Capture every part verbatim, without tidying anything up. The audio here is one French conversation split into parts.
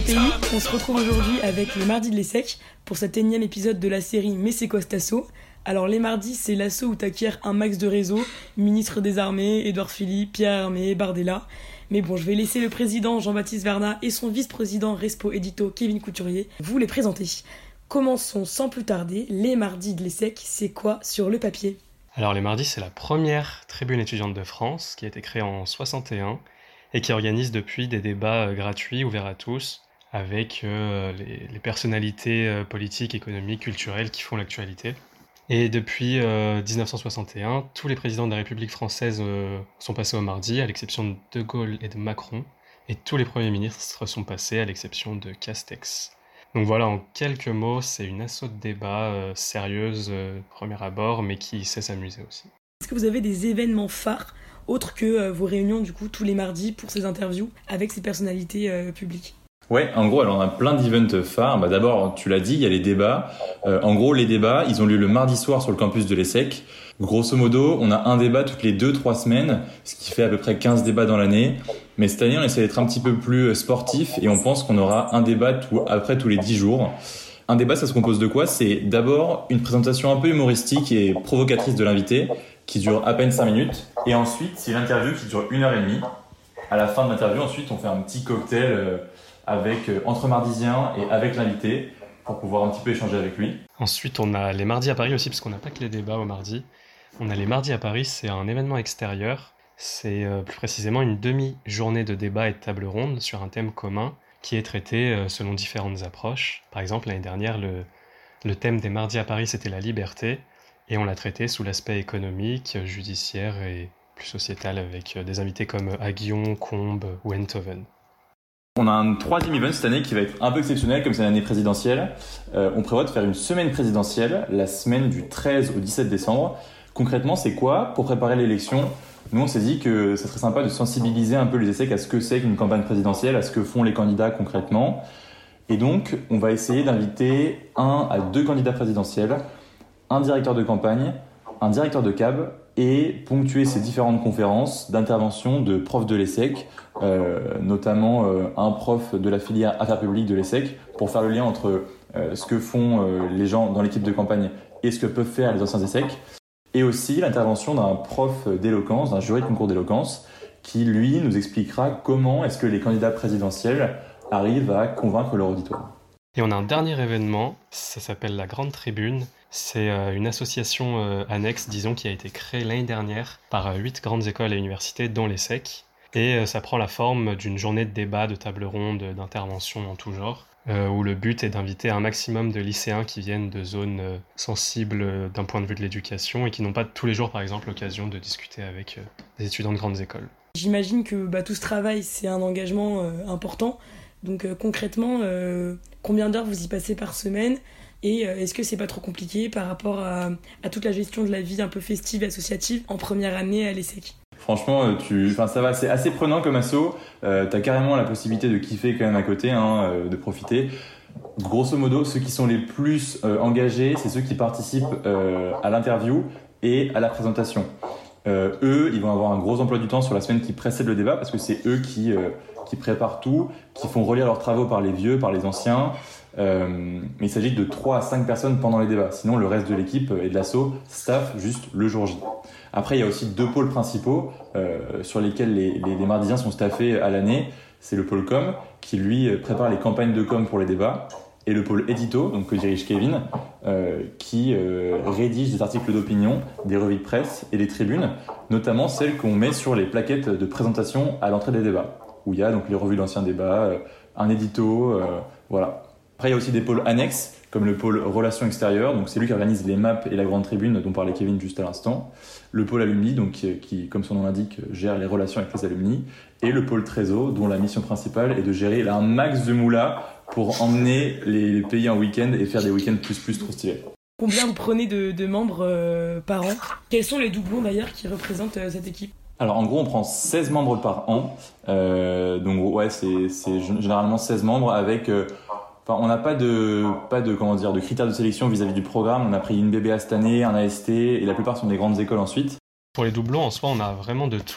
P I, on se retrouve aujourd'hui avec les Mardis de l'ESSEC pour cet énième épisode de la série Mais c'est quoi cet assaut ? Alors les mardis, c'est l'assaut où t'acquiers un max de réseau, ministre des Armées, Édouard Philippe, Pierre Hermé, Bardella. Mais bon, je vais laisser le président Jean-Baptiste Vernat et son vice-président Respo Édito Kevin Couturier vous les présenter. Commençons sans plus tarder, les Mardis de l'ESSEC, c'est quoi sur le papier ? Alors les Mardis, c'est la première tribune étudiante de France qui a été créée en soixante et un et qui organise depuis des débats gratuits, ouverts à tous, avec euh, les, les personnalités euh, politiques, économiques, culturelles qui font l'actualité. Et depuis euh, dix-neuf cent soixante et un, tous les présidents de la République française euh, sont passés au mardi, à l'exception de De Gaulle et de Macron, et tous les premiers ministres sont passés, à l'exception de Castex. Donc voilà, en quelques mots, c'est une asso de débat euh, sérieuse, euh, premier abord, mais qui sait s'amuser aussi. Est-ce que vous avez des événements phares, autres que euh, vos réunions du coup tous les mardis pour ces interviews avec ces personnalités euh, publiques ? Ouais, en gros, alors on a plein d'events phares. Bah, d'abord, tu l'as dit, il y a les débats. Euh, en gros, les débats, ils ont lieu le mardi soir sur le campus de l'ESSEC. Grosso modo, on a un débat toutes les deux trois semaines, ce qui fait à peu près quinze débats dans l'année. Mais cette année, on essaie d'être un petit peu plus sportif et on pense qu'on aura un débat tout, après tous les dix jours. Un débat, ça se compose de quoi ? C'est d'abord une présentation un peu humoristique et provocatrice de l'invité, qui dure à peine cinq minutes. Et ensuite, c'est l'interview qui dure une heure et demie. À la fin de l'interview, ensuite, on fait un petit cocktail euh, avec euh, entre mardisiens et avec l'invité pour pouvoir un petit peu échanger avec lui. Ensuite, on a les mardis à Paris aussi, parce qu'on n'a pas que les débats au mardi. On a les mardis à Paris, c'est un événement extérieur. C'est euh, plus précisément une demi-journée de débat et de table ronde sur un thème commun qui est traité euh, selon différentes approches. Par exemple, l'année dernière, le, le thème des mardis à Paris, c'était la liberté, et on l'a traité sous l'aspect économique, judiciaire et plus sociétal, avec euh, des invités comme Aguillon, Combes ou Enthoven. On a un troisième event cette année qui va être un peu exceptionnel, comme c'est l'année présidentielle. Euh, on prévoit de faire une semaine présidentielle, la semaine du treize au dix-sept décembre. Concrètement, c'est quoi ? Pour préparer l'élection, nous on s'est dit que ça serait sympa de sensibiliser un peu les ESSEC à ce que c'est qu'une campagne présidentielle, à ce que font les candidats concrètement. Et donc, on va essayer d'inviter un à deux candidats présidentiels, un directeur de campagne, un directeur de cab, et ponctuer ces différentes conférences d'intervention de profs de l'ESSEC, euh, notamment euh, un prof de la filière affaires publiques de l'ESSEC, pour faire le lien entre euh, ce que font euh, les gens dans l'équipe de campagne et ce que peuvent faire les anciens ESSEC, et aussi l'intervention d'un prof d'éloquence, d'un jury de concours d'éloquence, qui lui nous expliquera comment est-ce que les candidats présidentiels arrivent à convaincre leur auditoire. Et on a un dernier événement, ça s'appelle la Grande Tribune. C'est euh, une association euh, annexe, disons, qui a été créée l'année dernière par euh, huit grandes écoles et universités, dont l'ESSEC. Et euh, ça prend la forme d'une journée de débat, de table ronde, d'intervention en tout genre, euh, où le but est d'inviter un maximum de lycéens qui viennent de zones euh, sensibles euh, d'un point de vue de l'éducation et qui n'ont pas tous les jours, par exemple, l'occasion de discuter avec euh, des étudiants de grandes écoles. J'imagine que bah, tout ce travail, c'est un engagement euh, important. Donc euh, concrètement, euh, combien d'heures vous y passez par semaine ? Et euh, est-ce que c'est pas trop compliqué par rapport à, à toute la gestion de la vie un peu festive et associative en première année à l'ESSEC ? Franchement, tu, enfin ça va, c'est assez prenant comme asso. Euh, t'as carrément la possibilité de kiffer quand même à côté, hein, euh, de profiter. Grosso modo, ceux qui sont les plus euh, engagés, c'est ceux qui participent euh, à l'interview et à la présentation. Euh, eux, ils vont avoir un gros emploi du temps sur la semaine qui précède le débat parce que c'est eux qui euh, qui préparent tout, qui font relire leurs travaux par les vieux, par les anciens. Euh, mais il s'agit de trois à cinq personnes pendant les débats. Sinon, le reste de l'équipe et de l'asso staff juste le jour J. Après, il y a aussi deux pôles principaux euh, sur lesquels les, les, les mardisiens sont staffés à l'année. C'est le pôle com, qui lui prépare les campagnes de com pour les débats, et le pôle édito, donc que dirige Kevin, euh, qui euh, rédige des articles d'opinion, des revues de presse et des tribunes, notamment celles qu'on met sur les plaquettes de présentation à l'entrée des débats, où il y a donc les revues d'anciens débats, euh, un édito, euh, voilà. Après, il y a aussi des pôles annexes, comme le pôle relations extérieures, donc c'est lui qui organise les maps et la grande tribune dont parlait Kevin juste à l'instant. Le pôle alumni, donc qui, qui, comme son nom l'indique, gère les relations avec les alumni. Et le pôle trésor, dont la mission principale est de gérer un max de moula pour emmener les pays en week-end et faire des week-ends plus plus trop stylés. Combien vous prenez de, de membres euh, par an ? Quels sont les doublons d'ailleurs qui représentent euh, cette équipe ? Alors en gros, on prend seize membres par an. Euh, donc ouais, c'est, c'est généralement seize membres avec... Euh, Enfin, on n'a pas de, pas de, comment dire, de critères de sélection vis-à-vis du programme. On a pris une B B A cette année, un A S T, et la plupart sont des grandes écoles ensuite. Pour les doublons, en soi, on a vraiment de tout.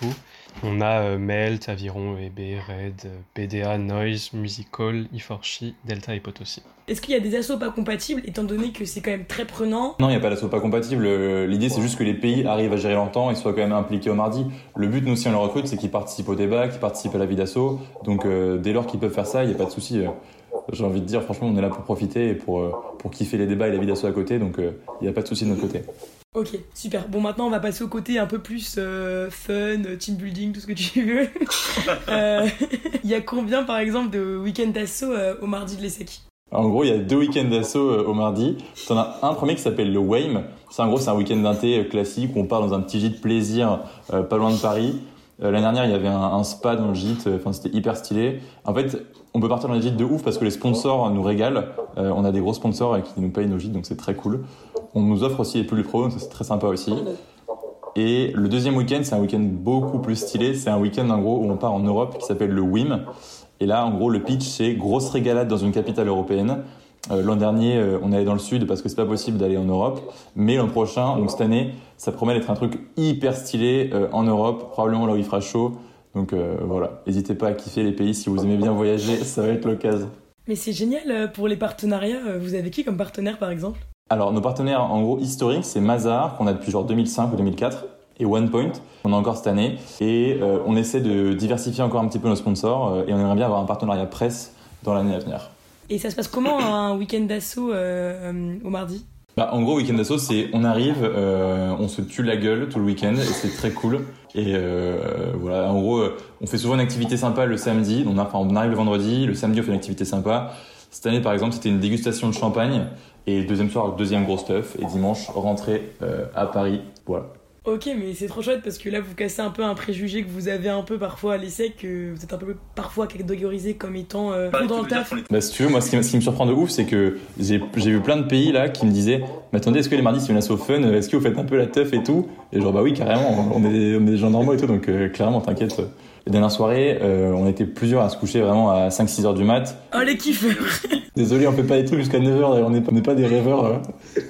On a euh, Melt, Aviron, E B, Red, euh, P D A, Noise, Musical, E quatre Chi, Delta et Potosi. Est-ce qu'il y a des assos pas compatibles, étant donné que c'est quand même très prenant? Non, il n'y a pas d'assaut pas compatible. L'idée, c'est juste que les pays arrivent à gérer leur temps et soient quand même impliqués au mardi. Le but, nous, si on le recrute, c'est qu'ils participent au débat, qu'ils participent à la vie d'assaut. Donc, euh, dès lors qu'ils peuvent faire ça, il n'y a pas de souci. J'ai envie de dire, franchement, on est là pour profiter et pour, euh, pour kiffer les débats et la vie d'assaut à côté. Donc, il euh, n'y a pas de souci de notre côté. Ok, super. Bon, maintenant, on va passer au côté un peu plus euh, fun, team building, tout ce que tu veux. Il euh, y a combien, par exemple, de week-ends d'assaut euh, au mardi de l'ESSEC? En gros, il y a deux week-ends d'assaut euh, au mardi. T'en as un premier qui s'appelle le W A I M. C'est en gros, c'est un week-end d'inté euh, classique où on part dans un petit gîte plaisir euh, pas loin de Paris. Euh, l'année dernière, il y avait un, un spa dans le gîte. Enfin, euh, c'était hyper stylé. En fait, on peut partir dans les gîtes de ouf parce que les sponsors nous régalent. Euh, on a des gros sponsors euh, qui nous payent nos gîtes, donc c'est très cool. On nous offre aussi les plus pros, donc ça, c'est très sympa aussi. Et le deuxième week-end, c'est un week-end beaucoup plus stylé. C'est un week-end en gros où on part en Europe qui s'appelle le W I M. Et là, en gros, le pitch, c'est grosse régalade dans une capitale européenne. Euh, l'an dernier, euh, on allait dans le sud parce que c'est pas possible d'aller en Europe. Mais l'an prochain, donc cette année, ça promet d'être un truc hyper stylé euh, en Europe, probablement là où il fera chaud. Donc euh, voilà, n'hésitez pas à kiffer les pays si vous aimez bien voyager, ça va être l'occasion. Mais c'est génial pour les partenariats. Vous avez qui comme partenaire, par exemple? Alors, nos partenaires, en gros, historiques, c'est Mazar, qu'on a depuis genre deux mille cinq ou deux mille quatre, et OnePoint, qu'on a encore cette année. Et euh, on essaie de diversifier encore un petit peu nos sponsors, euh, et on aimerait bien avoir un partenariat presse dans l'année à venir. Et ça se passe comment, un week-end d'assaut euh, euh, au mardi? Bah, en gros, week-end d'assaut, c'est on arrive, euh, on se tue la gueule tout le week-end, et c'est très cool. Et euh, voilà, en gros, on fait souvent une activité sympa le samedi. On, a, enfin, on arrive le vendredi, le samedi, on fait une activité sympa. Cette année, par exemple, c'était une dégustation de champagne. Et deuxième soir, deuxième gros stuff. Et dimanche, rentrée euh, à Paris. Voilà. Ok, mais c'est trop chouette parce que là, vous cassez un peu un préjugé que vous avez un peu parfois à l'ESSEC, que vous êtes un peu parfois catégorisé comme étant euh, bon dans le taf. Bah, si tu veux, moi, ce qui, ce qui me surprend de ouf, c'est que j'ai, j'ai vu plein de pays là qui me disaient mais attendez, est-ce que les mardis c'est une asso fun? Est-ce que vous faites un peu la teuf et tout? Et genre, bah oui, carrément, on est des, on est des gens normaux et tout, donc euh, clairement, t'inquiète. Les dernières soirées, euh, on était plusieurs à se coucher vraiment à cinq six heures du mat. Oh les kiffeurs. Désolé, on fait pas des trucs jusqu'à neuf heures, on n'est on est pas des rêveurs. Euh.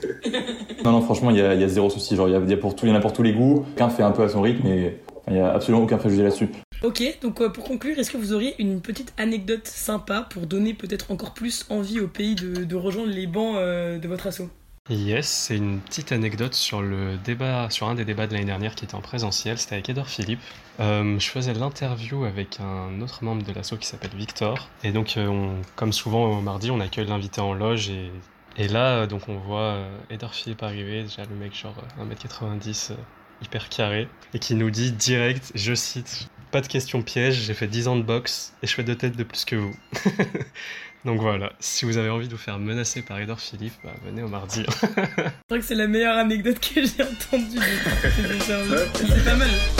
Non, non, franchement, il y a, y a zéro souci. Genre, il y, a, y, a pour tout, y en a pour tous les goûts. Chacun fait un peu à son rythme et il n'y a absolument aucun préjugé là-dessus. Ok, donc euh, pour conclure, est-ce que vous auriez une petite anecdote sympa pour donner peut-être encore plus envie au pays de, de rejoindre les bancs euh, de votre asso? Yes, c'est une petite anecdote sur le débat, sur un des débats de l'année dernière qui était en présentiel, c'était avec Edouard Philippe. Euh, je faisais l'interview avec un autre membre de l'asso qui s'appelle Victor. Et donc, euh, on, comme souvent au mardi, on accueille l'invité en loge et, et là, donc on voit euh, Edouard Philippe arriver, déjà le mec genre un mètre quatre-vingt-dix, euh, hyper carré, et qui nous dit direct, je cite, « Pas de question piège, j'ai fait dix ans de boxe et je fais deux têtes de plus que vous. » Donc voilà, si vous avez envie de vous faire menacer par Edouard Philippe, bah venez au mardi. Je crois que c'est la meilleure anecdote que j'ai entendue de ces deux services. C'est pas mal.